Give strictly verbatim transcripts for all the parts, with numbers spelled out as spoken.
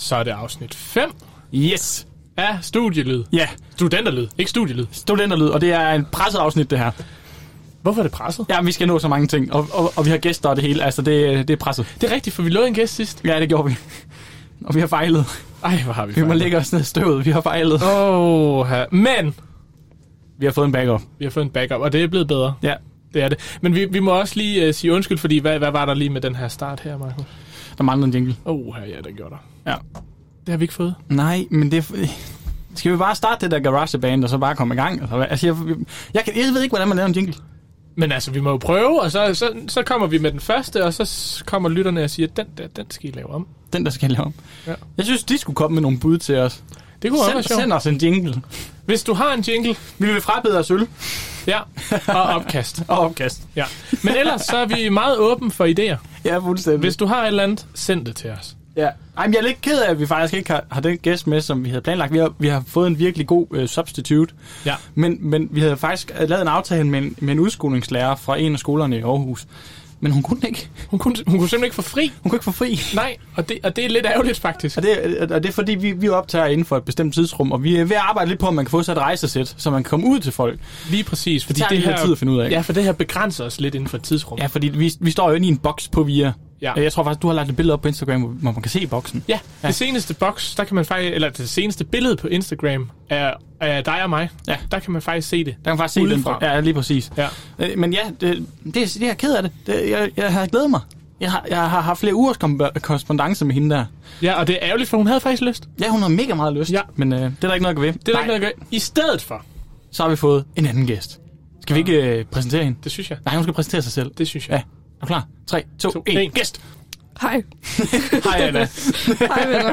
Så er det afsnit fem Yes! af Studielyd. Ja. Studenterlyd, ikke Studielyd. Studenterlyd, og det er en presset afsnit, det her. Hvorfor er det presset? Ja, vi skal nå så mange ting, og, og, og vi har gæster og det hele. Altså, det, det er presset. Det er rigtigt, for vi lovede en gæst sidst. Ja, det gjorde vi. Og vi har fejlet. Ej, hvor har vi Vi må fejlet. lægge os ned i støvet. Vi har fejlet. Åh, oh, men Vi har fået en backup. vi har fået en backup, og det er blevet bedre. Ja. Det er det. Men vi, vi må også lige uh, sige undskyld, fordi hvad, hvad var der lige med den her start her, Markus? Der mangler en jingle. Åh, oh, ja, det gjorde der. Ja. Det har vi ikke fået. Nej, men det er... Skal vi bare starte det der GarageBand, og så bare komme i gang? Altså, altså jeg, jeg, kan, jeg ved ikke, hvordan man laver en jingle. Men altså, vi må jo prøve, og så, så, så kommer vi med den første, og så s- kommer lytterne og siger, den der, den skal I lave om. Den, der skal lave om. Ja. Jeg synes, de skulle komme med nogle bud til os. Det kunne også Send, være sjovt. send os en jingle. Hvis du har en jingle, Vi vil frabede os øl ja, og opkast. og opkast. Ja. Men ellers så er vi meget åbne for idéer. Ja, fuldstændig. Hvis du har et eller andet, send det til os. Ja. Ej, men jeg er lidt ked af, at vi faktisk ikke har, har den gæst med, som vi havde planlagt. Vi har, vi har fået en virkelig god uh, substitute. Ja. Men, men vi havde faktisk lavet en aftale med en, med en udskolingslærer fra en af skolerne i Aarhus. Men hun kunne ikke. Hun kunne, hun kunne simpelthen ikke få fri. Hun kunne ikke få fri. Nej, og det, og det er lidt ærgerligt faktisk. Og det, og det er fordi, vi, vi optager inden for et bestemt tidsrum, og vi er ved at arbejde lidt på, at man kan få sig et rejsesæt, så man kan komme ud til folk. Lige præcis. Fordi Det tager det lidt her tid at finde ud af. Ja, for det her begrænser os lidt inden for et tidsrum. Ja, fordi vi, vi står jo inde i en boks på Via. Ja. Jeg tror faktisk, du har lagt et billede op på Instagram, hvor man kan se boksen. Ja, ja. Det seneste boks, der kan man faktisk, eller det seneste billede på Instagram er, er dig og mig. Ja. Der kan man faktisk se det. Der kan man faktisk se den. Udefra. Ja, lige præcis. Ja. Øh, Men ja, det, det, det er jeg ked af det. det jeg, jeg har glædet mig. Jeg har, jeg har haft flere ugers kom- korrespondance med hende der. Ja, og det er ærgerligt, for hun havde faktisk lyst. Ja, hun har mega meget lyst, Ja. men øh, det er der ikke noget at gå ved. Det er der ikke noget at gøre. I stedet for, Så har vi fået en anden gæst. Skal vi ikke øh, præsentere hende? det synes jeg. Nej, hun skal præsentere sig selv. Det synes jeg. Ja, er du klar? tre, to, To, et. en. Gæst! Hej. Hej, Anna. Hej, venner.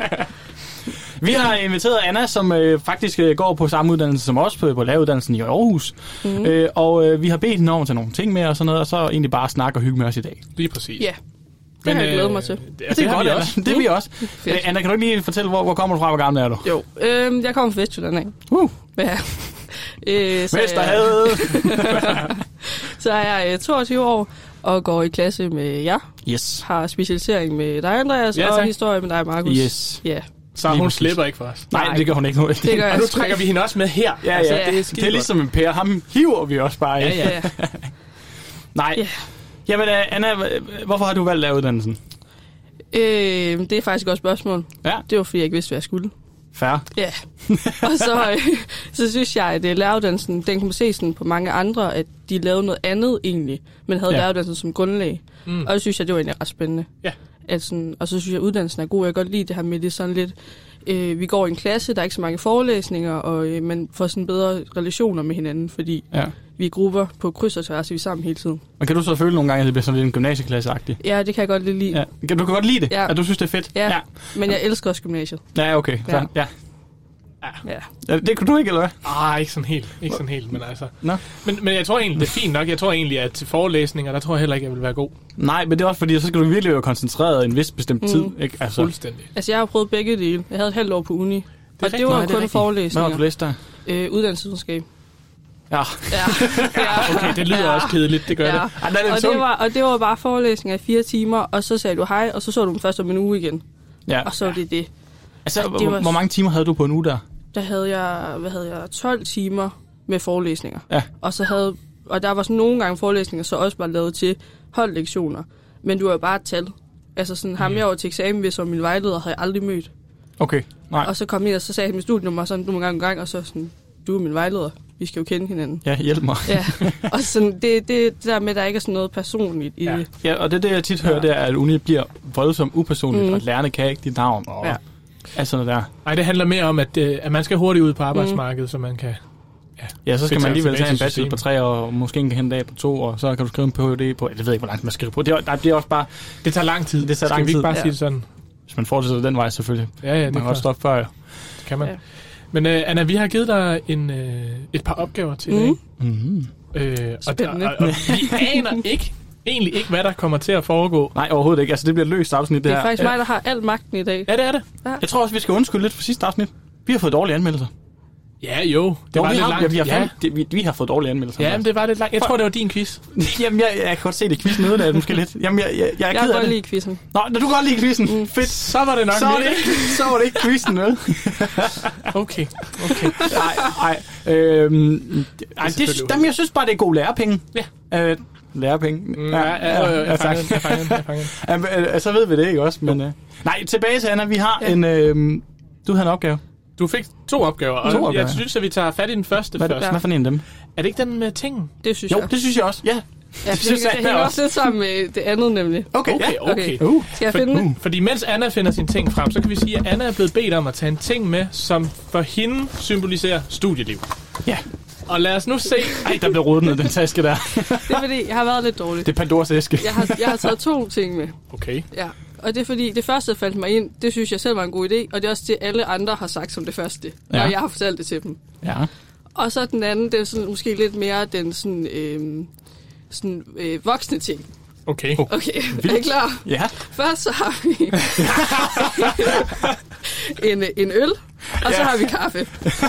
Vi har inviteret Anna, som øh, faktisk øh, går på samme uddannelse som os, på, på læreruddannelsen i Aarhus. Mm. Øh, og øh, vi har bedt hende om at tage nogle ting med og sådan noget, og så egentlig bare snakke og hygge med os i dag. Lige præcis. Ja, det Men, har jeg glædet mig til. Det, Det, det, det er har godt, vi Anna. også. Det er vi også. Fedt. Øh, Anna, kan du ikke lige fortælle, hvor, hvor kommer du fra, hvor gammel er du? Jo, øhm, jeg kommer fra Vestjylland af. Uh, Ja. øh, så, Vesterhavet! så er jeg øh, toogtyve år og går i klasse med jer. Yes. Har specialisering med dig, Andreas, Ja, og tak. historie med dig, Markus. Yes. Ja, Så Lige hun præcis. slipper ikke for os. Nej, Nej. det gør hun ikke nu. det gør Og jeg nu sgu trækker vi hende også med her. Ja, ja. Altså, Ja. det er, Det skide er ligesom en Per. Ham hiver vi også bare i. Ja, ja. Ja. Nej. Ja. Jamen, øh, Anna, hvorfor har du valgt læreruddannelsen? Øh, det er faktisk et godt spørgsmål. Ja, Det var, fordi jeg ikke vidste, hvad jeg skulle. fair. Ja, og så, øh, så synes jeg, at øh, læreruddannelsen, den kan man se sådan på mange andre, at de lavede noget andet egentlig, men havde Ja. ja. læreruddannelsen som grundlag. Mm. Mm. Og det synes jeg, det var egentlig ret spændende. Ja. At sådan, og så synes jeg, at uddannelsen er god. Jeg kan godt lide det her med, det er sådan lidt, øh, vi går i en klasse, der er ikke så mange forelæsninger, og øh, man får sådan bedre relationer med hinanden, fordi Ja. vi er grupper på kryds og tværs, vi er sammen hele tiden. Men kan du så føle nogle gange, at det bliver sådan lidt en gymnasieklasse-agtig? Ja, det kan jeg godt lidt lide. Ja. Kan- Du kan godt lide det? Ja. At du synes, det er fedt? Ja. Ja, Men jeg elsker også gymnasiet. ja okay. Ja. Ja. Ja. Ja. Ja, det kunne du ikke, eller hvad? Ah, ikke sådan helt. Ikke sådan helt, men altså. Nå. Men, men jeg tror egentlig, det er fint nok. Jeg tror egentlig, at til forelæsninger, der tror jeg heller ikke, jeg vil være god. Nej, men det er også fordi, så skal du virkelig være koncentreret en vis bestemt Mm. tid. Ikke? Altså, Fuldstændig. Altså, jeg har prøvet begge dele. Jeg havde et halvt år på uni. er Og det rigtigt. var Nej, jo det er kun rigtigt. Hvad forelæsninger. har du læst der? Øh, uddannelsesvidenskab. Ja. Ja. ja. Okay, det lyder Ja. også kedeligt. Det gør Ja. det. Ej, den er lidt Og, tung. det var, og det var bare forelæsninger i fire timer, og så sagde du hej, og så så du dem først om en uge igen. Ja. Og så var det det. Altså, det hvor, var- hvor mange timer havde du på en uge der? Der havde jeg, hvad havde jeg, tolv timer med forelæsninger. Ja. Og så havde, og der var sådan nogle gange forelæsninger, så også bare lavet til holdlektioner. Men du var jo bare et tal. Altså sådan, ham jeg var til eksamen ved som min vejleder, havde jeg aldrig mødt. Okay, nej. Og så kom jeg ind, og så sagde jeg mit studienummer sådan, du må gang en gang, og så sådan, du er min vejleder. Vi skal jo kende hinanden. Ja, hjælp mig. Ja, og sådan, det, det, det der med, at der ikke er sådan noget personligt i Ja. det. Ja, og det er det, jeg tit hører, det er, at uni bliver voldsomt upersonligt, Mm. og lærerne kan ikke dit navn, og Ja. alt sådan noget der. Nej, det handler mere om, at, øh, at man skal hurtigt ud på arbejdsmarkedet, så man kan... Ja, så skal man Betale alligevel tilbage tage en til bachelor på systemet. tre år, og måske en hente af på to, og så kan du skrive en P H D på, jeg ved ikke, hvor langt man skal skrive på. Det er, der bliver også bare, Det tager lang tid. Det tager Skal lang vi ikke tid. bare Ja. sige det sådan? hvis man fortsætter den vej selvfølgelig. Ja, ja, det Man kan er også klart. stoppe før, ja. Det kan man. Ja. Men øh, Anna, vi har givet dig en, øh, et par opgaver til i dag. Mm. Mm-hmm. Øh, og, Spændende. og, og vi aner ikke, egentlig ikke, hvad der kommer til at foregå. Nej, overhovedet ikke. Altså, det bliver et løst afsnit, det, Det er her. faktisk mig, der har al magten i dag. Ja, det er det. Jeg tror også, vi skal undskylde lidt for sidste afsnit. Vi har fået dårlige anmeldelser. Ja, jo. Det Jo, var vi lidt har, langt. ja, vi, har ja. fandt, det, vi, vi har fået dårlige anmeldelser. Ja, men det var lidt langt. Jeg tror, det var din quiz. Jamen, jeg, jeg kan godt se det. Quizzen uden af måske lidt. Jamen, jeg, jeg, jeg er Jeg ked kan af godt det. lide quizzen. Nå, når du kan godt lide quizzen. Mm. Fedt. Så var det nok Så var det, mere. ikke, så var det ikke quizzen, vel? Okay, okay. Nej, nej. Øhm, ej, det, selvfølgelig jamen, jeg synes bare, det er god lærepenge. Ja. Øh, lærepenge. Mm, ja, ja, ja, jeg tak. fangede den, jeg fangede den, jeg fangede den. Jamen, øh, så ved vi det ikke også, men... Øh. Nej, tilbage til Anna. Vi har Ja. en... Øh, du havde en opgave. Du fik to opgaver, og To opgaver. jeg synes, at vi tager fat i den første Hvad, først. hvad for en af dem? Er det ikke den med tingen? Det synes Jo, jeg. det synes jeg også. Ja. Ja, det, synes det, jeg det hænger også. også lidt sammen med det andet, nemlig. Okay, Okay, ja. okay. Uh. Skal jeg For, finde det? uh. Fordi mens Anna finder sin ting frem, så kan vi sige, at Anna er blevet bedt om at tage en ting med, som for hende symboliserer studieliv. Ja. Og lad os nu se... Ej, der blev rodet ned den taske der. Det er fordi, jeg har været lidt dårlig. Det er Pandoras æske. Jeg har, jeg har taget to ting med. Okay. Ja. Og det er fordi, det første, der faldt mig ind, det synes jeg selv var en god idé, og det er også det, alle andre har sagt som det første, ja. Ja. når jeg har fortalt det til dem. Ja. Og så den anden, det er sådan, måske lidt mere den sådan, øh, sådan øh, voksne ting. Okay. Okay, er I klar? Ja. Først så har vi en, en øl, og så Ja. har vi kaffe.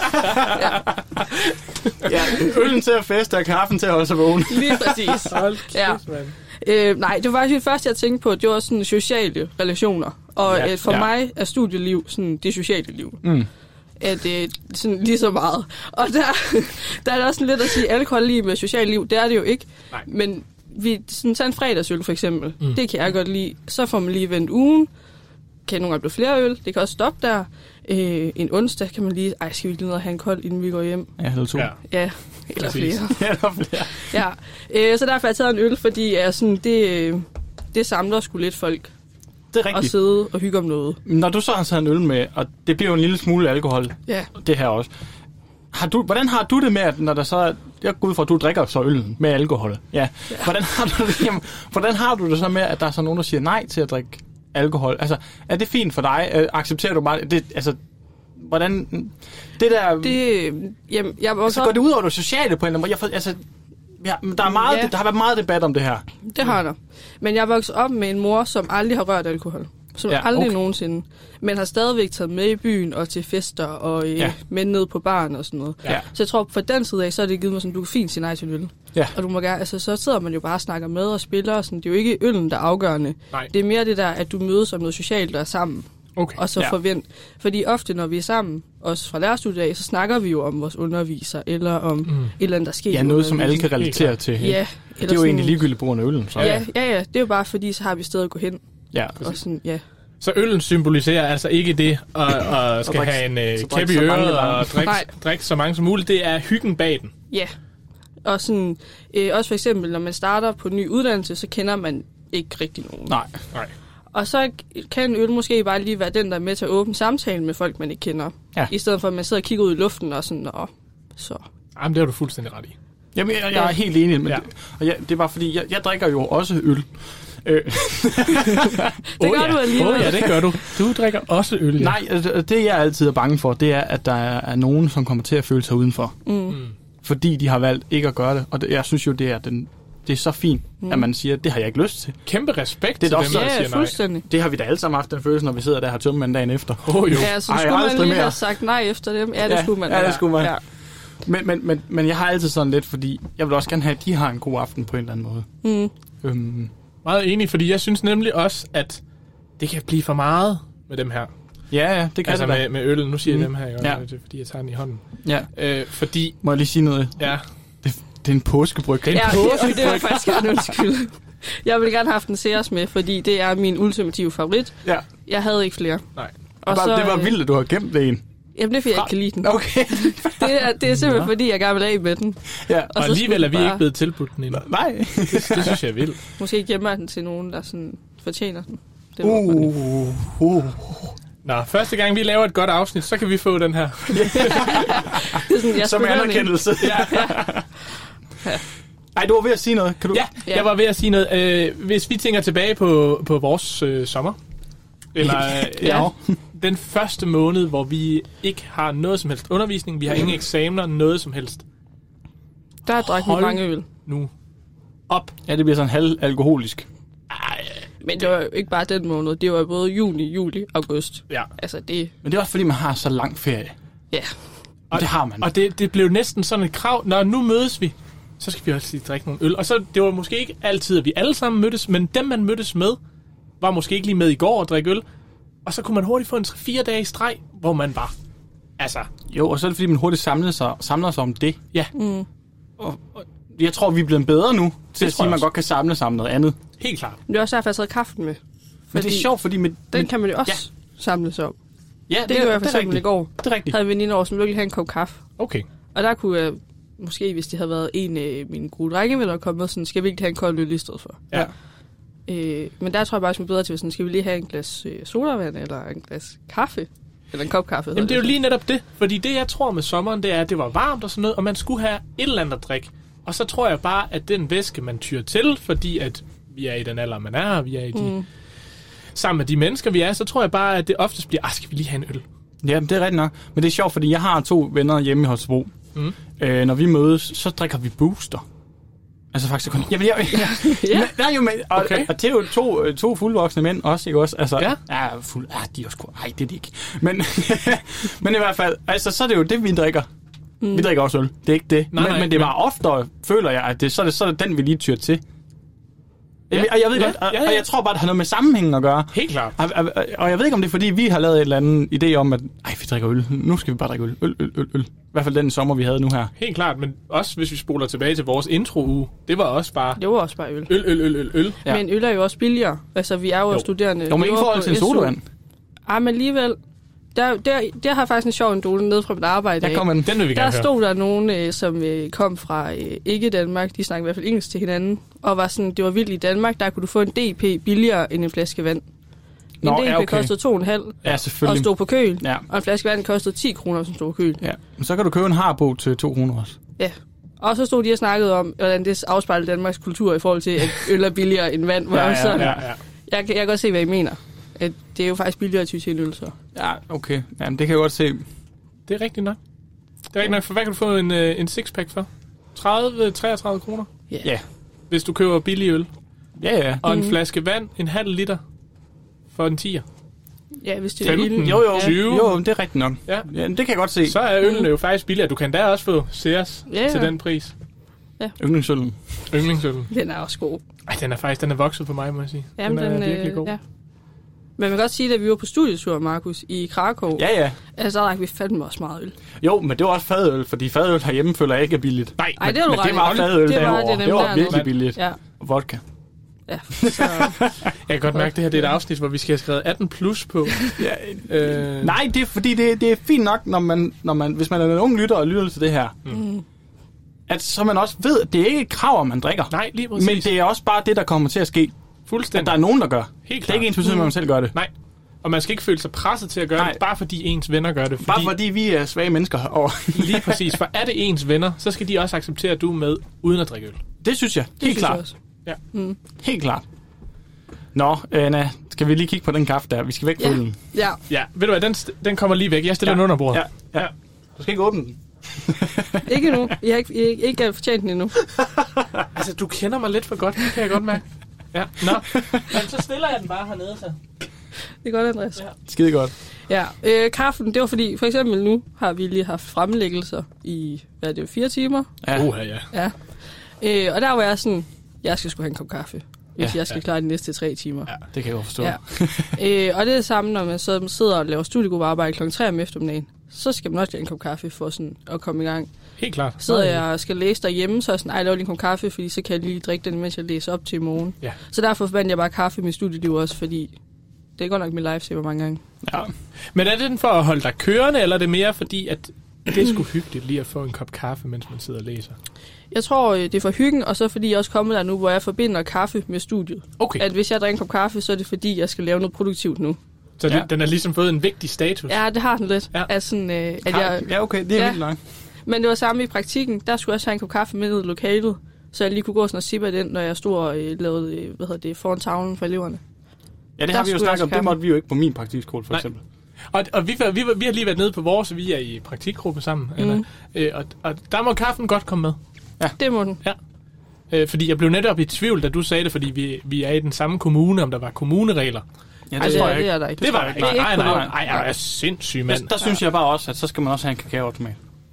Ja. Øllen til at feste og kaffen til at holde sig vågen. Lige præcis. Hold Ja. kæft, mand. Øh, nej, det var faktisk det første, jeg tænkte på. Det var sådan sociale relationer. Og Ja, øh, for ja. mig er studieliv sådan det sociale liv. Mm. At det er sådan lige så meget. Og der, der er det også sådan lidt at sige, alkohol lige med socialt liv. Det er det jo ikke. Nej. Men vi sådan tager en fredagsøl for eksempel. Mm. Mm. Det kan jeg godt lide. Så får man lige vendt ugen. Kan nogle gange blive flere øl. Det kan også stoppe der. Øh, en onsdag kan man lige... Ej, skal vi lige ned og have en kold, inden vi går hjem? Ja, eller to. Ja. Ja, eller Præcis. flere. Ja, der er flere. Ja, øh, så derfor har jeg taget en øl, fordi jeg sådan, det, øh, det samler sgu lidt folk Det er at rigtigt. sidde og hygge om noget. Når du så har taget en øl med, og det bliver jo en lille smule alkohol, Ja. det her også. Har du, hvordan har du det med, at når der så er, jeg går ud fra, at du drikker så øllen med alkohol. Ja. ja. Hvordan, har du det, jamen, hvordan har du det så med, at der er så nogen, der siger nej til at drikke alkohol? Altså, er det fint for dig? Øh, Accepterer du bare det? Altså, hvordan... Det der... Det, øh, jamen, jeg var altså, så, går det ud over det sociale på en eller anden måde? Jeg, for, altså, ja, der, er meget, Ja. der har været meget debat om det her. det har der. Men jeg voksede op med en mor, som aldrig har rørt alkohol. Som Ja, ja, aldrig okay. nogensinde. Men har stadigvæk taget med i byen og til fester og øh, Ja. ja. med ned på baren og sådan noget. Ja. Så jeg tror, fra den side af, så er det givet mig sådan, du kan fint sige nej til en øl. Ja. Og du må gerne, altså, så sidder man jo bare og snakker med og spiller og sådan. Det er jo ikke øllen, der er afgørende. Nej. Det er mere det der, at du mødes om noget socialt og er sammen. Okay. Og så Ja. ja. forvent. Fordi ofte, når vi er sammen, også fra lærerstudiet af, så snakker vi jo om vores underviser, eller om mm. et eller andet, der sker. Ja, i noget, som alle kan undervisningen. relatere til. Ja. Det er jo egentlig ligegyldigt på grund af øllen. Så. Ja, ja, ja. Det er jo bare fordi, så har vi sted at gå hen. Ja. Og sådan, ja. Så øllen symboliserer altså ikke det, at, at skal drikke- have en øh, så kæp drikke i så mange øret gange. og drikke, Nej. drikke så mange som muligt. Det er hyggen bag den. Ja. Og sådan, øh, også for eksempel, når man starter på en ny uddannelse, så kender man ikke rigtig nogen. Nej. Nej. Og så kan en øl måske bare lige være den, der er med til at åbne samtalen med folk, man ikke kender. Ja. I stedet for, at man sidder og kigger ud i luften og sådan, og så. Jamen, det har du fuldstændig ret i. Jamen, jeg, jeg er helt enig, men Ja. ja. det, og jeg, det var fordi, jeg, jeg drikker jo også øl. Øh, Det gør du alligevel. Åh oh, ja, det gør du. Du drikker også øl, ja. nej, altså, det jeg altid er bange for, det er, at der er, er nogen, som kommer til at føle sig udenfor. Mm. Mm. Fordi de har valgt ikke at gøre det. Og det, jeg synes jo, det er, den, det er så fint, Mm. at man siger, det har jeg ikke lyst til. Kæmpe respekt Det er til også- dem, der Ja, siger nej. fuldstændig. Det har vi da alle sammen haft den følelse, når vi sidder der og har tømmermand dagen efter. Åh oh, jo. Ja, så Ej, skulle man aldrig lige mere. have sagt nej efter dem. Ja, det Ja, skulle man. ja, det skulle man. Ja. Men, men, men, men jeg har altid sådan lidt, fordi jeg vil også gerne have, at de har en god aften på en eller anden måde. Mm. Øhm, Meget enig, fordi jeg synes nemlig også, at det kan blive for meget med dem her. ja, ja, det kan Altså det da. med, med øllen. Nu siger jeg Mm. dem her, jo, Ja. det er, fordi jeg tager den i hånden. Ja. Øh, fordi, Må jeg lige sige noget? ja, Det, det er en påskebryg. det er en Ja, påske. det, det vil jeg faktisk gerne undskylde. Jeg ville gerne have haft en Ceres med, fordi det er min ultimative favorit. Ja. Jeg havde ikke flere. Nej. Og Bare, det var øh, vildt, at du har gemt det en. Jamen, det er fordi, jeg ikke kan lide den. Okay. Det er, det er simpelthen fordi, jeg gerne vil af med den. Ja. Og Og så alligevel skulle er vi bare- ikke blevet tilbudt den endnu. Nej. Det, det synes jeg er vildt. Måske gemmer jeg den til nogen, der sådan fortjener den. Det var uh. Uh, uh. Nå, første gang vi laver et godt afsnit, så kan vi få den her. Det er sådan, jeg Som anerkendelse. Ja. Ej, du var ved at sige noget. Kan du? Ja, Ja. jeg var ved at sige noget. Øh, hvis vi tænker tilbage på, på vores øh, sommer, eller øh, Ja. den første måned, hvor vi ikke har noget som helst undervisning, vi har ingen eksamener, noget som helst. Der drak vi Hold mange øl. Nu op. Ja, det bliver sådan halv alkoholisk. Ej, Men det var jo ikke bare den måned. Det var både juni, juli, august. ja. Altså det, Men det er også fordi, man har så lang ferie. ja. Og, det har man. Og det, det blev næsten sådan et krav, når nu mødes vi, så skal vi også lige drikke nogle øl. Og så, det var måske ikke altid, at vi alle sammen mødtes, men dem, man mødtes med, var måske ikke lige med i går og drikke øl. Og så kunne man hurtigt få en tre fire dage i streg, hvor man var. Altså. Jo, og så er det fordi, man hurtigt samler sig, samler sig om det. Ja. Mm. Og, og jeg tror, vi er blevet bedre nu til at sige, at man godt kan samle sig om noget andet. Helt klart. Det er også derfor, jeg har taget kaffen med. Men det er sjovt, fordi... Med, den med, kan man jo også ja. samle sig om. Ja, det, det gjorde jeg for eksempel i går. Det er rigtigt. Havde en veninde over, som virkelig have en kop kaffe. Okay. Og der kunne jeg, måske hvis det havde været en af mine gode drengevælder kommet, sådan, skal vi ikke have en kold øl i stedet for. Ja. Øh, men der tror jeg bare, at jeg er bedre til, sådan, skal vi lige have en glas øh, sodavand, eller en glas kaffe, eller en kop kaffe. Jamen det er jo lige netop det, fordi det jeg tror med sommeren, det er, at det var varmt og sådan noget, og man skulle have et eller andet at drikke. Og så tror jeg bare, at den væske, man tyrer til, fordi at vi er i den alder, man er, og vi er i de, mm. sammen med de mennesker, vi er, så tror jeg bare, at det oftest bliver, ah, skal vi lige have en øl? Ja, det er rigtigt nok. Men det er sjovt, fordi jeg har to venner hjemme i Holstebro. Mm. Øh, når vi mødes, så drikker vi Booster. Altså faktisk kun... Jamen, jeg, jeg, ja. Nej, jo, men, og, okay. og, og det er jo to, to fuldvoksne mænd også, ikke også? Altså, ja. Ja, fuld... Ah, de er også... Ej, det er de ikke. Men, men i hvert fald, altså, så er det jo det, vi drikker. Mm. Vi drikker også øl. Det er ikke det. Nej, men, nej, men det er men... bare oftere, føler jeg, at det, så, er det, så er det den, vi lige tyrer til. Ja. Og jeg ved ja. godt, og, ja, ja. og jeg tror bare, det har noget med sammenhængen at gøre. Helt klart. Og, og, og jeg ved ikke, om det er, fordi vi har lavet et eller andet idé om, at ej, vi drikker øl. Nu skal vi bare drikke øl. Øl, øl, øl, øl. I hvert fald den sommer, vi havde nu her. Helt klart, men også hvis vi spoler tilbage til vores intro-uge, det var også bare... Det var også bare øl. Øl, øl, øl, øl, øl. Ja. Men øl er jo også billigere. Altså, vi er jo, jo. studerende. Jo, men ikke forhold til sodavand. Ej, men alligevel... Der, der, der har faktisk en sjov endole nede fra mit arbejde. Der, den. Den vil vi der gerne stod høre. Der nogen, øh, som øh, kom fra øh, ikke Danmark. De snakkede i hvert fald engelsk til hinanden. Og var sådan, det var vildt i Danmark. Der kunne du få en D P billigere end en flaske vand. Nå, en D P ja, okay. kostede to komma fem ja, selvfølgelig. og stod på køl. Ja. Og en flaske vand kostede ti kroner, som stod på køl. Ja, men så kan du købe en Harbo til to hundrede også. Ja. Og så stod de og snakkede om, hvordan det afspejler Danmarks kultur i forhold til, at øl er billigere end vand. ja, ja, sådan, ja, ja. Jeg, jeg kan godt se, hvad I mener. At det er jo faktisk billigere at ty til en øl, så. Ja, okay. Jamen, det kan jeg godt se. Det er rigtigt nok. Det er rigtigt nok, for hvad kan du få en, uh, en sixpack for? tredive til treogtredive kroner? Ja. Yeah. Hvis du køber billig øl. Ja, ja. Og mm. en flaske vand, en halv liter, for en tier. Ja, hvis det femten, er ilden. Jo, jo, tyve. jo, det er rigtigt nok. Ja. Ja, det kan jeg godt se. Så er øllen mm. jo faktisk billigere. Du kan da også få Sears ja, ja. til den pris. Ja. Yndlingsøllen. Yndlingsøllen. Den er også god. Ej, den er faktisk den er vokset på mig, må jeg sige. Jamen, den er den, virkelig god. Ja. Men man kan godt sige, at vi var på studietur, Markus, i Krakow. Ja, ja. Altså, der drak vi fandme også meget øl. Jo, men det var også fadøl, fordi fadøl herhjemme føler jeg ikke er billigt. Nej, Ej, det er du men det var fadøl det derovre. Det, det var der virkelig nu. billigt. Ja. Og vodka. Ja, så... Jeg kan godt mærke, at det her det er et afsnit, hvor vi skal have skrevet atten plus på. ja, øh... Nej, det er fordi, det, det er fint nok, når man, når man, hvis man er en ung lytter og lytter til det her. Mm. At så man også ved, at det er ikke et krav, at man drikker. Nej, lige præcis. Men det er også bare det, der kommer til at ske. Fuldstændig. At der er nogen, der gør. Helt klart. Det er ikke ens betydning, at man selv gør det. Nej. Og man skal ikke føle sig presset til at gøre Nej. det, bare fordi ens venner gør det. Fordi... Bare fordi vi er svage mennesker. Og lige præcis. For er det ens venner, så skal de også acceptere, at du er med, uden at drikke øl. Det synes jeg. Det Helt synes klart. jeg også. Ja. Mm. Helt klart. Nå, Anna, skal vi lige kigge på den kaffe der? Vi skal væk fra ja. øllen. Ja. Ja, ved du hvad, den, den kommer lige væk. Jeg stiller ja. den under bordet. Ja. ja. Du skal ikke åbne den. Ikke endnu. Jeg har ikke, jeg, ikke, ikke fortjent den endnu. Altså, du kender mig lidt for godt, det kan jeg godt mærke. Ja, nå. Men så stiller jeg den bare hernede, så. Det er godt, Andreas. Ja. Skide godt. Ja, øh, kaffen, det var fordi, for eksempel nu har vi lige haft fremlæggelser i, hvad er det, fire timer? Ja. Uha, ja. Ja. Øh, og der var jeg sådan, jeg skal sgu have en kop kaffe, hvis ja, jeg skal ja. klare de næste tre timer. Ja, det kan jeg jo forstå. Ja. øh, og det er det samme, når man så sidder og laver studiegruppearbejde klokken tre om eftermiddagen. Så skal man også have en kop kaffe for sådan at komme i gang. Helt klart. Sidder jeg og skal læse derhjemme, så er jeg sådan, ej, jeg laver lige en kop kaffe, fordi så kan jeg lige drikke den, mens jeg læser op til i morgen. Ja. Så derfor forvandler jeg bare kaffe i mit studieliv også, fordi det er godt nok min lifesaver mange gange. Ja. Men er det den for at holde dig kørende, eller er det mere fordi, at det er sgu hyggeligt lige at få en kop kaffe, mens man sidder og læser? Jeg tror, det er for hyggen, og så fordi jeg også kommet der nu, hvor jeg forbinder kaffe med studiet. Okay. At hvis jeg drikker en kop kaffe, så er det fordi, jeg skal lave noget produktivt nu. Så ja. det, den har ligesom fået en vigtig status? Ja, det har den lidt. Ja, at sådan, øh, at jeg, ja okay, det er ja. vildt nok. Men det var samme i praktikken. Der skulle jeg også have en kop kaffe med ned i lokalet, så jeg lige kunne gå sådan og sippe den, når jeg stod og øh, lavede øh, hvad hedder det, foran tavlen for eleverne. Ja, det der har vi jo snakket om. Det måtte vi jo ikke på min praktikskole, for Nej. eksempel. Og, og vi, vi, vi har lige været nede på vores, vi er i praktikgruppe sammen, mm. Anna, øh, og, og der må kaffen godt komme med. Ja. Det må den. Ja. Øh, fordi jeg blev netop i tvivl, da du sagde det, fordi vi, vi er i den samme kommune, om der var kommuneregler. Ja, det, Ej, det, er, det er der ikke. Det, det var ikke. Nej, nej, nej, nej, nej. jeg er sindssyg, mand. Der, der synes jeg bare også, at så skal man også have en kakaoautomat.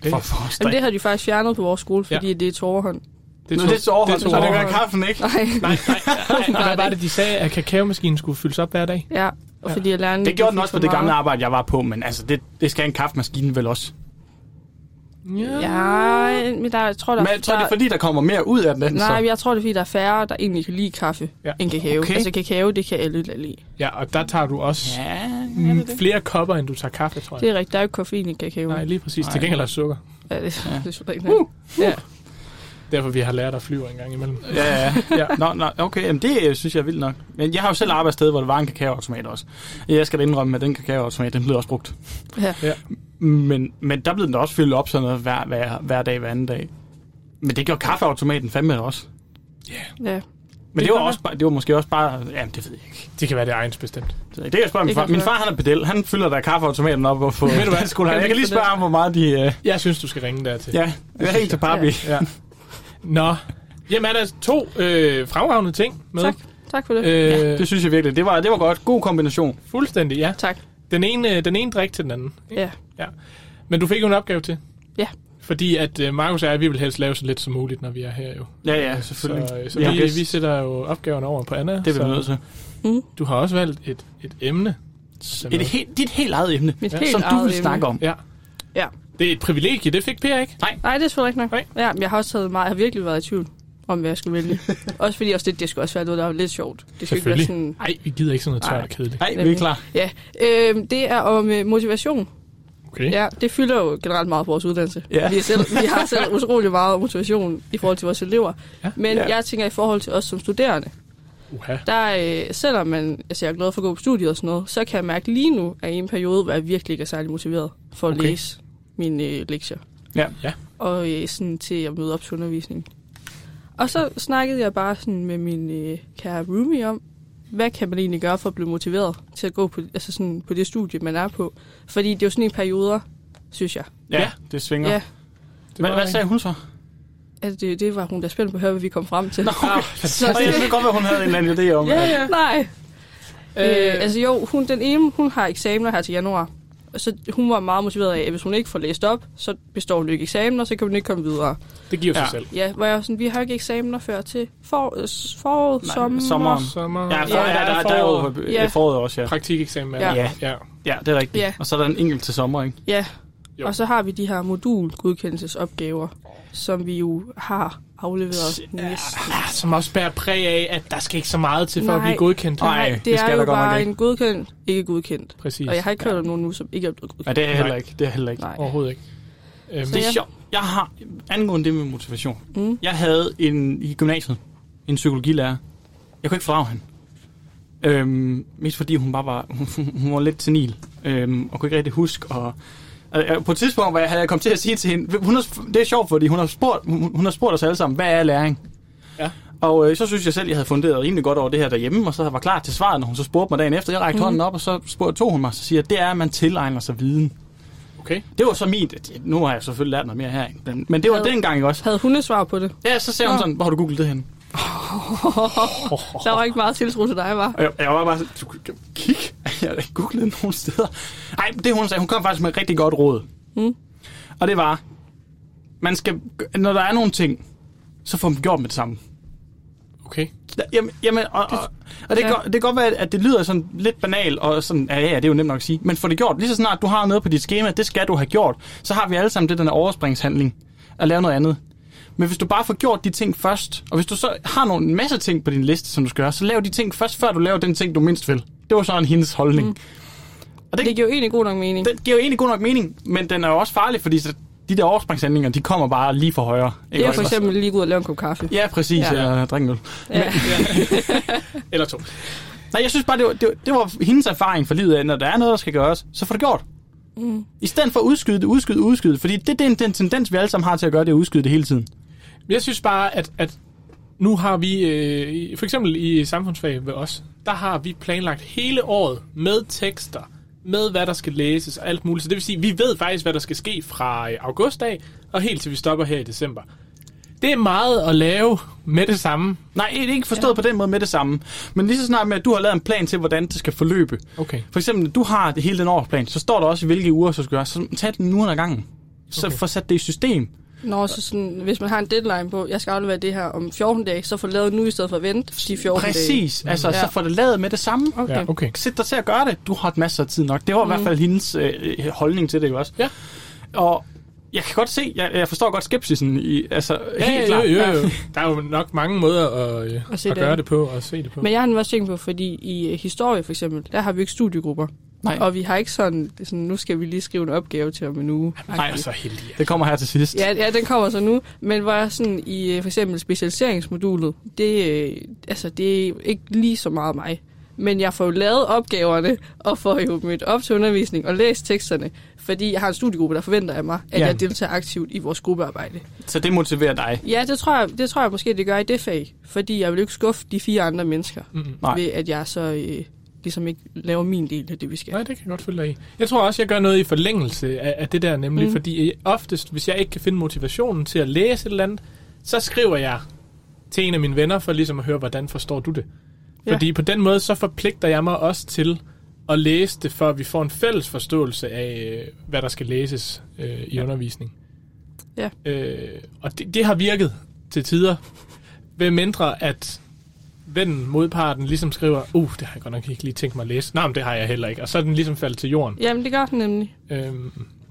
Det, For, for Jamen, det har de faktisk fjernet på vores skole, fordi ja. det er tårerhånd. Det er, Nå, det er til overhånd, så det gør kaffen, ikke? Nej. nej, nej, nej. Hvad var det, de sagde, at kakaomaskinen skulle fyldes op hver dag? Ja, og fordi jeg lærte... Det gjorde den også på det gamle arbejde, jeg var på, men altså, det, det skal en kaffemaskine vel også. Ja, ja men der, jeg tror, der... Men jeg tror, der, det er fordi, der kommer mere ud af den? Nej, så. jeg tror, det er fordi, der er færre, der egentlig kan lide kaffe ja. end kakao. Okay. Altså, kakao, det kan alle lide. Ja, og der tager du også ja, det det? flere kopper, end du tager kaffe, tror jeg. Det er rigtigt. Der er jo koffein i kakao. Nej, lige præcis. Til gengæld er sukker. Ja, det, ja. det er så rigtigt. Uh. Ja. Derfor vi har lært at flyve en gang imellem. Ja, ja. ja. Nå, nå, okay, jamen det synes jeg er vildt nok. Men jeg har jo selv arbejdet et sted, hvor der var en kakaoautomat også. Jeg skal da indrømme, at den kakaoautomat, den blev også brugt. Ja. ja. Men, men der blev den da også fyldt op sådan noget hver, hver, hver dag, hver anden dag. Men det gjorde kaffeautomaten fandme også. Yeah. Ja. Men det, det var, også, det var måske også bare... Ja, det ved jeg ikke. Det kan være det ejens bestemt. Det, det kan jeg spørge min far. Min far, han er pedel. Han fylder der kaffeautomaten op og få... Ved du hvad? Skole. Jeg kan lige spørge ham, hvor meget de... Uh... Jeg synes, du skal ringe der til. Ja, det er helt til Barbie. Ja. ja. Nå. Jamen, er der to øh, fremragende ting med? Tak. Tak for det. Øh, ja, det synes jeg virkelig. Det var, det var godt. God kombination. Fuldstændig, ja. Tak. Den ene, den ene drik til den anden. Ikke? Ja. ja. Men du fik jo en opgave til. Ja. Fordi at uh, Markus og jeg, vi vil helst lave så lidt som muligt, når vi er her jo. Ja, ja, selvfølgelig. Så, så ja, vi, vi sætter jo opgaverne over på Anna. Det er vi nødt til. Mm. Du har også valgt et, et emne. Et helt, dit helt eget emne, ja. som du vil snakke om. Ja. ja. Det er et privilegie, det fik Per ikke? Nej, Nej det er selvfølgelig ikke nok. Nej. Ja, men jeg har også taget meget, jeg har virkelig været i tvivl om, hvad jeg skulle vælge. Også fordi også det, det skulle også være noget, der var lidt sjovt. Det skal ikke være sådan... Nej, vi gider ikke sådan noget tørt og kedeligt. Nej, vi er klar. Ja, øh, det er om uh, motivation. Okay. Ja, det fylder jo generelt meget på vores uddannelse. Ja. Vi, selv, vi har selv utrolig meget motivation i forhold til vores elever. Ja. Men ja. jeg tænker i forhold til os som studerende. Uh-huh. Der, øh, selvom man, altså jeg er glad for at gå på studiet og sådan noget, så kan jeg mærke lige nu, at i en periode, hvor jeg virkelig ikke er særlig motiveret for at okay. læse mine øh, lektier. Ja. ja. Og øh, sådan til at møde op til undervisning. Og så snakkede jeg bare sådan med min øh, kære roomie om, hvad kan man egentlig gøre for at blive motiveret til at gå på, altså sådan på det studie, man er på? Fordi det er jo sådan en perioder, synes jeg. Ja, ja. det svinger. Ja. Det hvad, hvad sagde hun så? Altså, det, det var hun, der spændte på at høre, hvad vi kom frem til. Nå, okay. så det, det kan godt være, hun havde en anden idé om. Ja, ja. Nej. Øh, øh, altså jo, hun, den ene, hun har eksamener her til januar. Så hun var meget motiveret af, at hvis hun ikke får læst op, så består hun ikke eksamen, og så kan hun ikke komme videre. Det giver ja. sig selv. Ja, hvor jeg sådan, vi har ikke eksamener før til for, foråret, Nej, sommer. Sommeren. Sommer. Ja, for, ja, ja, der, der er jo ja. foråret også, ja. Praktikeksamen. Ja. Ja. ja, ja, det er rigtigt. Ja. Og så er der en enkelt til sommer, ikke? Ja, jo. Og så har vi de her modulgodkendelsesopgaver, som vi jo har afleveret næsten. Ja, som også bærer præg af, at der skal ikke så meget til for Nej. at blive godkendt. Nej, det, det er jo bare en godkendt, ikke godkendt. Præcis. Og jeg har ikke hørt ja. om nogen nu, som ikke er blevet godkendt. Ja, det er jeg heller ikke. Det er heller ikke. Nej. Overhovedet ikke. Øhm. Det er sjovt. Jeg har angående det med motivation. Mm. Jeg havde en i gymnasiet en psykologilærer. Jeg kunne ikke fordrage hende. Øhm, mest fordi hun bare var, hun, hun var lidt senil, øhm, og kunne ikke rigtig huske. Og, og på et tidspunkt, hvor jeg havde kommet til at sige til hende, hun har, det er sjovt, fordi hun har spurgt, hun, hun har spurgt os alle sammen, hvad er læring? Ja. Og øh, så synes jeg selv, jeg havde funderet rimelig godt over det her derhjemme, og så var klar til svaret, når hun så spurgte mig dagen efter. Jeg rækte mm. hånden op, og så spurgte, tog hun mig, så siger det er, at man tilegner sig viden. Okay. Det var så mit. Nu har jeg selvfølgelig lært noget mere her, ikke? Men det var havde, dengang ikke også. Havde hun et svar på det? Ja, så sagde hun sådan, hvor har du googlet det henne? Der var ikke meget tiltro til dig, var? Jeg, jeg var bare sådan, du kan kigge. Jeg har ikke googlet nogen steder. Nej, det hun sagde, hun kom faktisk med et rigtig godt råd. Mm. Og det var, man skal, når der er nogle ting, så får man gjort med det samme. Okay. Jamen, jamen og, og, og det, ja. det kan godt være, at det lyder sådan lidt banalt, og sådan, ja, ja, det er jo nemt nok at sige, men få det gjort. Lige så snart du har noget på dit skema, det skal du have gjort, så har vi alle sammen det, den overspringshandling, at lave noget andet. Men hvis du bare får gjort de ting først, og hvis du så har nogle en masse ting på din liste, som du skal gøre, så lav de ting først, før du laver den ting, du mindst vil. Det var sådan hendes holdning. Mm. Og det, det giver jo egentlig god nok mening. Det giver jo egentlig god nok mening, men den er jo også farlig, fordi så de der overspringshandlinger, de kommer bare lige for højre. Det er for eksempel lige gå ud og lave en kop kaffe. Ja, præcis. Ja. Jeg drikker øl. Ja. Eller to. Nej, jeg synes bare, det var, det, var, det var hendes erfaring for livet af, når der er noget, der skal gøres, så får det gjort. Mm. I stedet for at udskyde det, udskyde, udskyde, fordi det, det er den tendens, vi alle sammen har til at gøre, det er at udskyde det hele tiden. Jeg synes bare, at, at nu har vi, øh, for eksempel i samfundsfag ved os, der har vi planlagt hele året med tekster, med hvad der skal læses og alt muligt. Så det vil sige, vi ved faktisk, hvad der skal ske fra august af, og helt til vi stopper her i december. Det er meget at lave med det samme. Nej, det er ikke forstået ja. på den måde med det samme. Men lige så snart med, at du har lavet en plan til, hvordan det skal forløbe. Okay. For eksempel, du har det hele den årsplan, så står der også, i hvilke uger så skal gøre. Så tag den nu ad gangen. Så Okay. få sat det i system. Nå, så sådan, hvis man har en deadline på, jeg skal aflevere det her om fjorten dage, så få lavet nu i stedet for at vente de fjorten dage. Præcis. Altså, Ja. så få det lavet med det samme. Okay. Ja, okay. Sæt dig til at gøre det. Du har masser af tid nok. Det var mm. i hvert fald hendes øh, holdning til det jo også. Ja. Og jeg kan godt se, jeg, jeg forstår godt skepsisen i, altså Ja, helt jo, klart. jo, jo. Der er jo nok mange måder at, øh, At at, se at det. gøre det på og se det på. Men jeg har nu også tænkt på, fordi i uh, historie for eksempel, der har vi ikke studiegrupper. Nej. Og vi har ikke sådan, det er sådan, nu skal vi lige skrive en opgave til om en uge. Nej, er så heldig. Det kommer her til sidst. Ja, ja, den kommer så nu. Men hvor jeg sådan i uh, for eksempel specialiseringsmodulet, det, uh, altså, det er ikke lige så meget mig. Men jeg får jo lavet opgaverne, og får jo mødt op til undervisning og læst teksterne, fordi jeg har en studiegruppe, der forventer af mig, at Ja. jeg deltager aktivt i vores gruppearbejde. Så det motiverer dig. Ja, det tror, jeg, det tror jeg måske, det gør i det fag, fordi jeg vil jo ikke skuffe de fire andre mennesker, Mm-hmm. Nej. ved at jeg så øh, ligesom ikke laver min del af det, vi skal. Nej, det kan jeg godt følge dig i. Jeg tror også, jeg gør noget i forlængelse af, af det der nemlig, Mm. mm. fordi oftest, hvis jeg ikke kan finde motivationen til at læse et eller andet, så skriver jeg til en af mine venner for ligesom at høre, hvordan forstår du det. Ja. Fordi på den måde, så forpligter jeg mig også til at læse det, for at vi får en fælles forståelse af, øh, hvad der skal læses øh, i Ja. undervisning. Ja. Øh, og det, det har virket til tider, ved mindre at vennen, modparten, ligesom skriver, uh, det har jeg godt nok ikke lige tænkt mig at læse. Nej, men det har jeg heller ikke. Og så er den ligesom faldet til jorden. Jamen, det gør den nemlig. Øhm,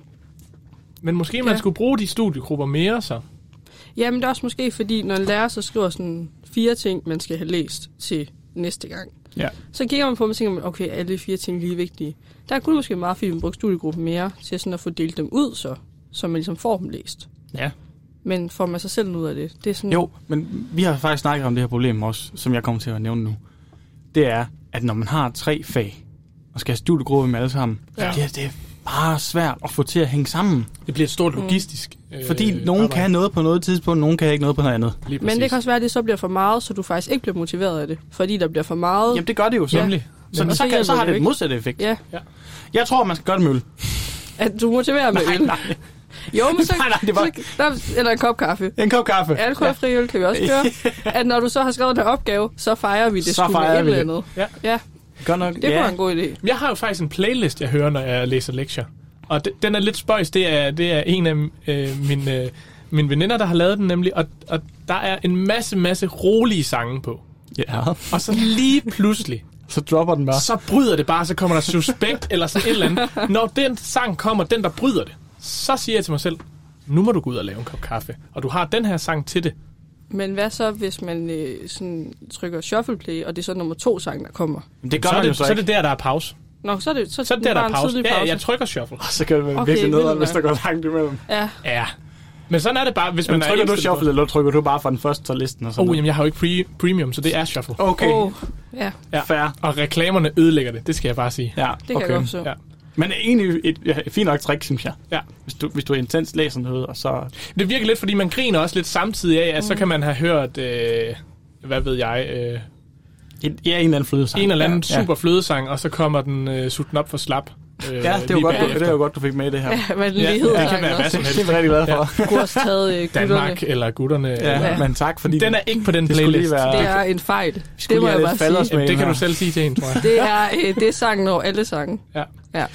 men måske man Ja. skulle bruge de studiegrupper mere, så. Jamen, det er også måske, fordi når en lærer så skriver sådan fire ting, man skal have læst til næste gang, Ja. så kigger man på dem og tænker, okay, er alle fire ting lige vigtige? Der kunne det måske meget fint, at man brugte studiegruppen mere til sådan at få delt dem ud, så, så man ligesom får dem læst. Ja. Men får man sig selv ud af det? Det er sådan, Jo, men vi har faktisk snakket om det her problem også, som jeg kommer til at nævne nu. Det er, at når man har tre fag, og skal have studiegruppe med alle sammen, Ja. ja. det, er, det er bare svært at få til at hænge sammen. Det bliver et stort logistisk øh, Fordi nogen arbejde. kan noget på noget tidspunkt, nogen kan ikke noget på noget andet. Lige Men det kan også være, at det så bliver for meget, så du faktisk ikke bliver motiveret af det. Fordi der bliver for meget. Jamen det gør det jo så. Nemlig. Så, Nemlig. så, kan, så hjælper har det det jo et ikke. modsatte effekt. Ja, Jeg tror, man skal gøre det med øl. at du motiverer med øl. Nej, Jo, men så, nej, nej, det var- så der, eller en kop kaffe. en kop kaffe. Alkoholfri øl kan vi også køre. At når du så har skrevet den opgave, så fejrer vi det Så sgu med fejrer et vi eller det. andet. Ja. Ja, Godt nok. det kunne ja. være en god idé. Jeg har jo faktisk en playlist, jeg hører, når jeg læser lektier. Og det, den er lidt spøjs. Det er, det er en af øh, mine, øh, mine veninder, der har lavet den nemlig. Og, og der er en masse, masse rolige sange på. Ja. Og så lige pludselig, Så dropper den bare. så bryder det bare, så kommer der suspekt eller sådan et eller andet. Når den sang kommer, den der bryder det, så siger jeg til mig selv, nu må du gå ud og lave en kop kaffe. Og du har den her sang til det. Men hvad så, hvis man øh, sådan trykker shuffle play, og det er så nummer to sang, der kommer? Det gør så, er man jo det, så så er ikke. det der, der er pause. Nå, så er det, så Så er det der, der bare er en pause. tidlig Ja, pause. jeg trykker shuffle. Så kan det være Okay, virkelig vildt noget, hvis der nok. går langt imellem. Ja, Ja. Men sådan er det bare, hvis man Men trykker du indstillet på shuffle, eller trykker du bare fra den første til listen? Og sådan Oh, noget? jamen, jeg har jo ikke pre- premium, så det er shuffle. Okay, oh, ja, Ja. fair. Og reklamerne ødelægger det, det skal jeg bare sige. Ja, det kan okay. jeg godt så. Ja. Men det er egentlig et, ja, et fint nok trick, synes jeg. Ja. Hvis du, hvis du intens læser noget, og så... Det virker lidt, fordi man griner også lidt samtidig af, at mm. så kan man have hørt, øh, hvad ved jeg, øh, Et, ja, en eller anden flødesang. en eller anden ja. super flødesang, og så kommer den øh, sutten op for slap. Øh, Ja, det er, jo lige godt, du, bagefter. det er jo godt, du fik med i det her. Ja, men Ja, lighed det kan være hvad Det, som det helst. er vi rigtig glade for. Du kunne også taget øh, gutterne. Danmark eller gutterne. Ja, Eller. ja, men tak, fordi Den er ikke på den det skulle playlist. lige være... Det er en fejl. skulle Det må lige jeg have bare lidt falders sige. med. Det kan her. du selv sige til hende, tror jeg. Det er, øh, det er sangen over alle sange. Ja. Ja.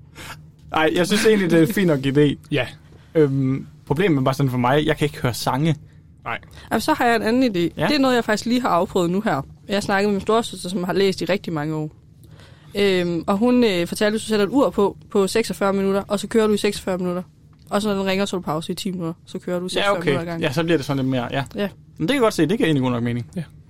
Ej, jeg synes egentlig, det er en fin nok idé. Ja. Øhm, problemet er bare sådan for mig, jeg kan ikke høre sange. Nej. Og så har jeg en anden idé. Ja. Ja. Det er noget, jeg faktisk lige har afprøvet nu her. Jeg har snakket med min storesøster, som har læst i rigtig mange år. Øhm, og hun øh, fortalte, at du sætter et ur på, på seksogfyrre minutter, og så kører du i seksogfyrre minutter. Og så når den ringer, så er du pause i ti minutter. Så kører du i seksogfyrre Ja, minutter ad okay. gangen. Ja, så bliver det sådan lidt mere, ja. Ja. Men det kan jeg godt se, det kan egentlig god nok mening.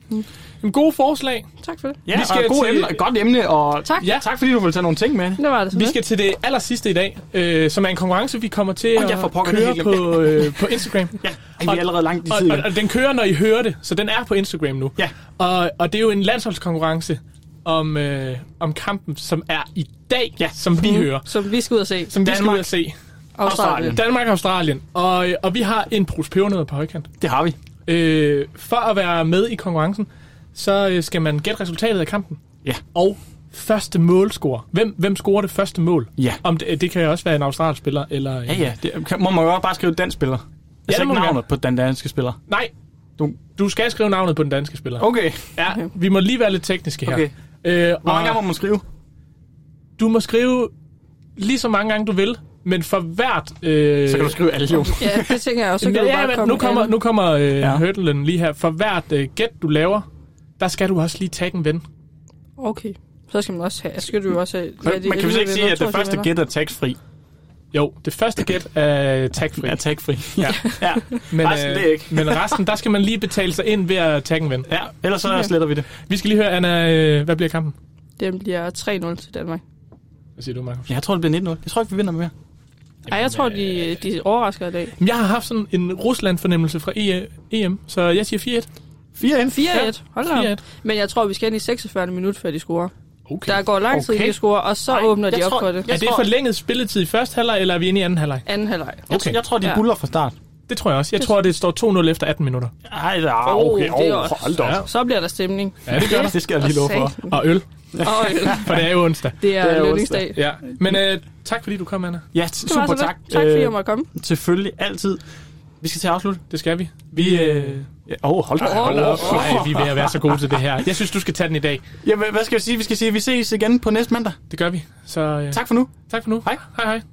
En god forslag. Tak for det. Ja, Vi skal og god til- emne, godt emne, og Tak. Ja. tak fordi du ville tage nogle ting med. Det var det så Vi det. skal til det aller sidste i dag, øh, som er en konkurrence, vi kommer til Åh, jeg får at pokker det køre helt på, øh, på Instagram. Ja, vi er allerede langt i Og, tid. og, og den kører, når I hører det, så den er på Instagram nu. Ja. Og, og det er jo en landsholdskonkurrence om, øh, om kampen, som er i dag, Ja. som vi Mhm. hører. Som vi skal ud og se. Som vi skal Danmark. ud og se. Australien. Danmark og Australien. Og, øh, og vi har en pose pebernødder på højkant. Det har vi. Øh, for at være med i konkurrencen, så øh, skal man gætte resultatet af kampen. Ja. Og første målscorer. Hvem, hvem scorer det første mål? Ja. Om det, det kan jo også være en australsk spiller, eller... Ja, ja. Det, kan, må man jo bare skrive dansk spiller. Altså det må ikke man navnet på den danske spiller. Nej, Du, du skal skrive navnet på den danske spiller. okay. Ja, vi må lige være lidt tekniske her. Okay. Øh, Hvor mange gange må og man skrive? du må skrive lige så mange gange du vil, Men for hvert... Øh, Så kan du skrive alle jo. Ja, det tænker jeg også. Så kan ja, du bare men komme nu kommer, an. nu kommer øh, Ja. hurdlen lige her. For hvert øh, gæt, du laver, der skal du også lige tagge en ven. Okay. Så skal man også have... Skal du også have... Man, ja, de man kan vist elleve ikke sige, venner, at det toogtyve første venner. gæt er tax-fri. Jo, det første gæt er tagfri. Er tag-fri. Ja. ja. Men, Resten, det er ikke. men resten, der skal man lige betale sig ind ved at tagge en ven. Ja, ellers så Okay. sletter vi det. Vi skal lige høre, Anna, øh, hvad bliver kampen? Den bliver tre nul til Danmark. Hvad siger du, Markus? Ja, jeg tror, det bliver nitten nul. Jeg tror ikke, vi vinder mere. Ej, jeg tror, de, de overrasker i dag. Jamen, Jeg har haft sådan en Rusland-fornemmelse fra E M, så jeg siger fire et. fire et. fire et. Hold da op. fire et. Men jeg tror, vi skal ind i seksogfyrre minutter, før de scorer. Okay. Der går lang tid, Okay. okay. de scorer, og så Ej, åbner de jeg op tror- for det. jeg Er det tror- forlænget spilletid i første halvleg, eller er vi inde i anden halvleg? Anden halvleg. Jeg, Okay. jeg tror, de Ja. buller fra start. Det tror jeg også. Jeg tror, det står to nul efter atten minutter. Ej, da, Åh, okay. det er Oh, også- hold da op. Ja. Så bliver der stemning. Ja, det gør der. Det skal jeg lige love for. satan. Og øl, Åh, for det er jo onsdag. det er, Det er er lønningsdag. Ja. Men øh, tak fordi du kom, Anna. Ja, Det var super så lidt. tak. Tak fordi Øh, jeg måtte komme. Selvfølgelig, altid. Vi skal til at afslutte. Det skal vi. Vi... Øh, Ja, oh, hold da op. hold op. Nej, vi er ved at være så gode til det her. Jeg synes, du skal tage den i dag. Jamen, hvad skal vi sige? Vi skal sige, at vi ses igen på næste mandag. Det gør vi. Så øh, Tak for nu. tak for nu. Hej. Hej hej.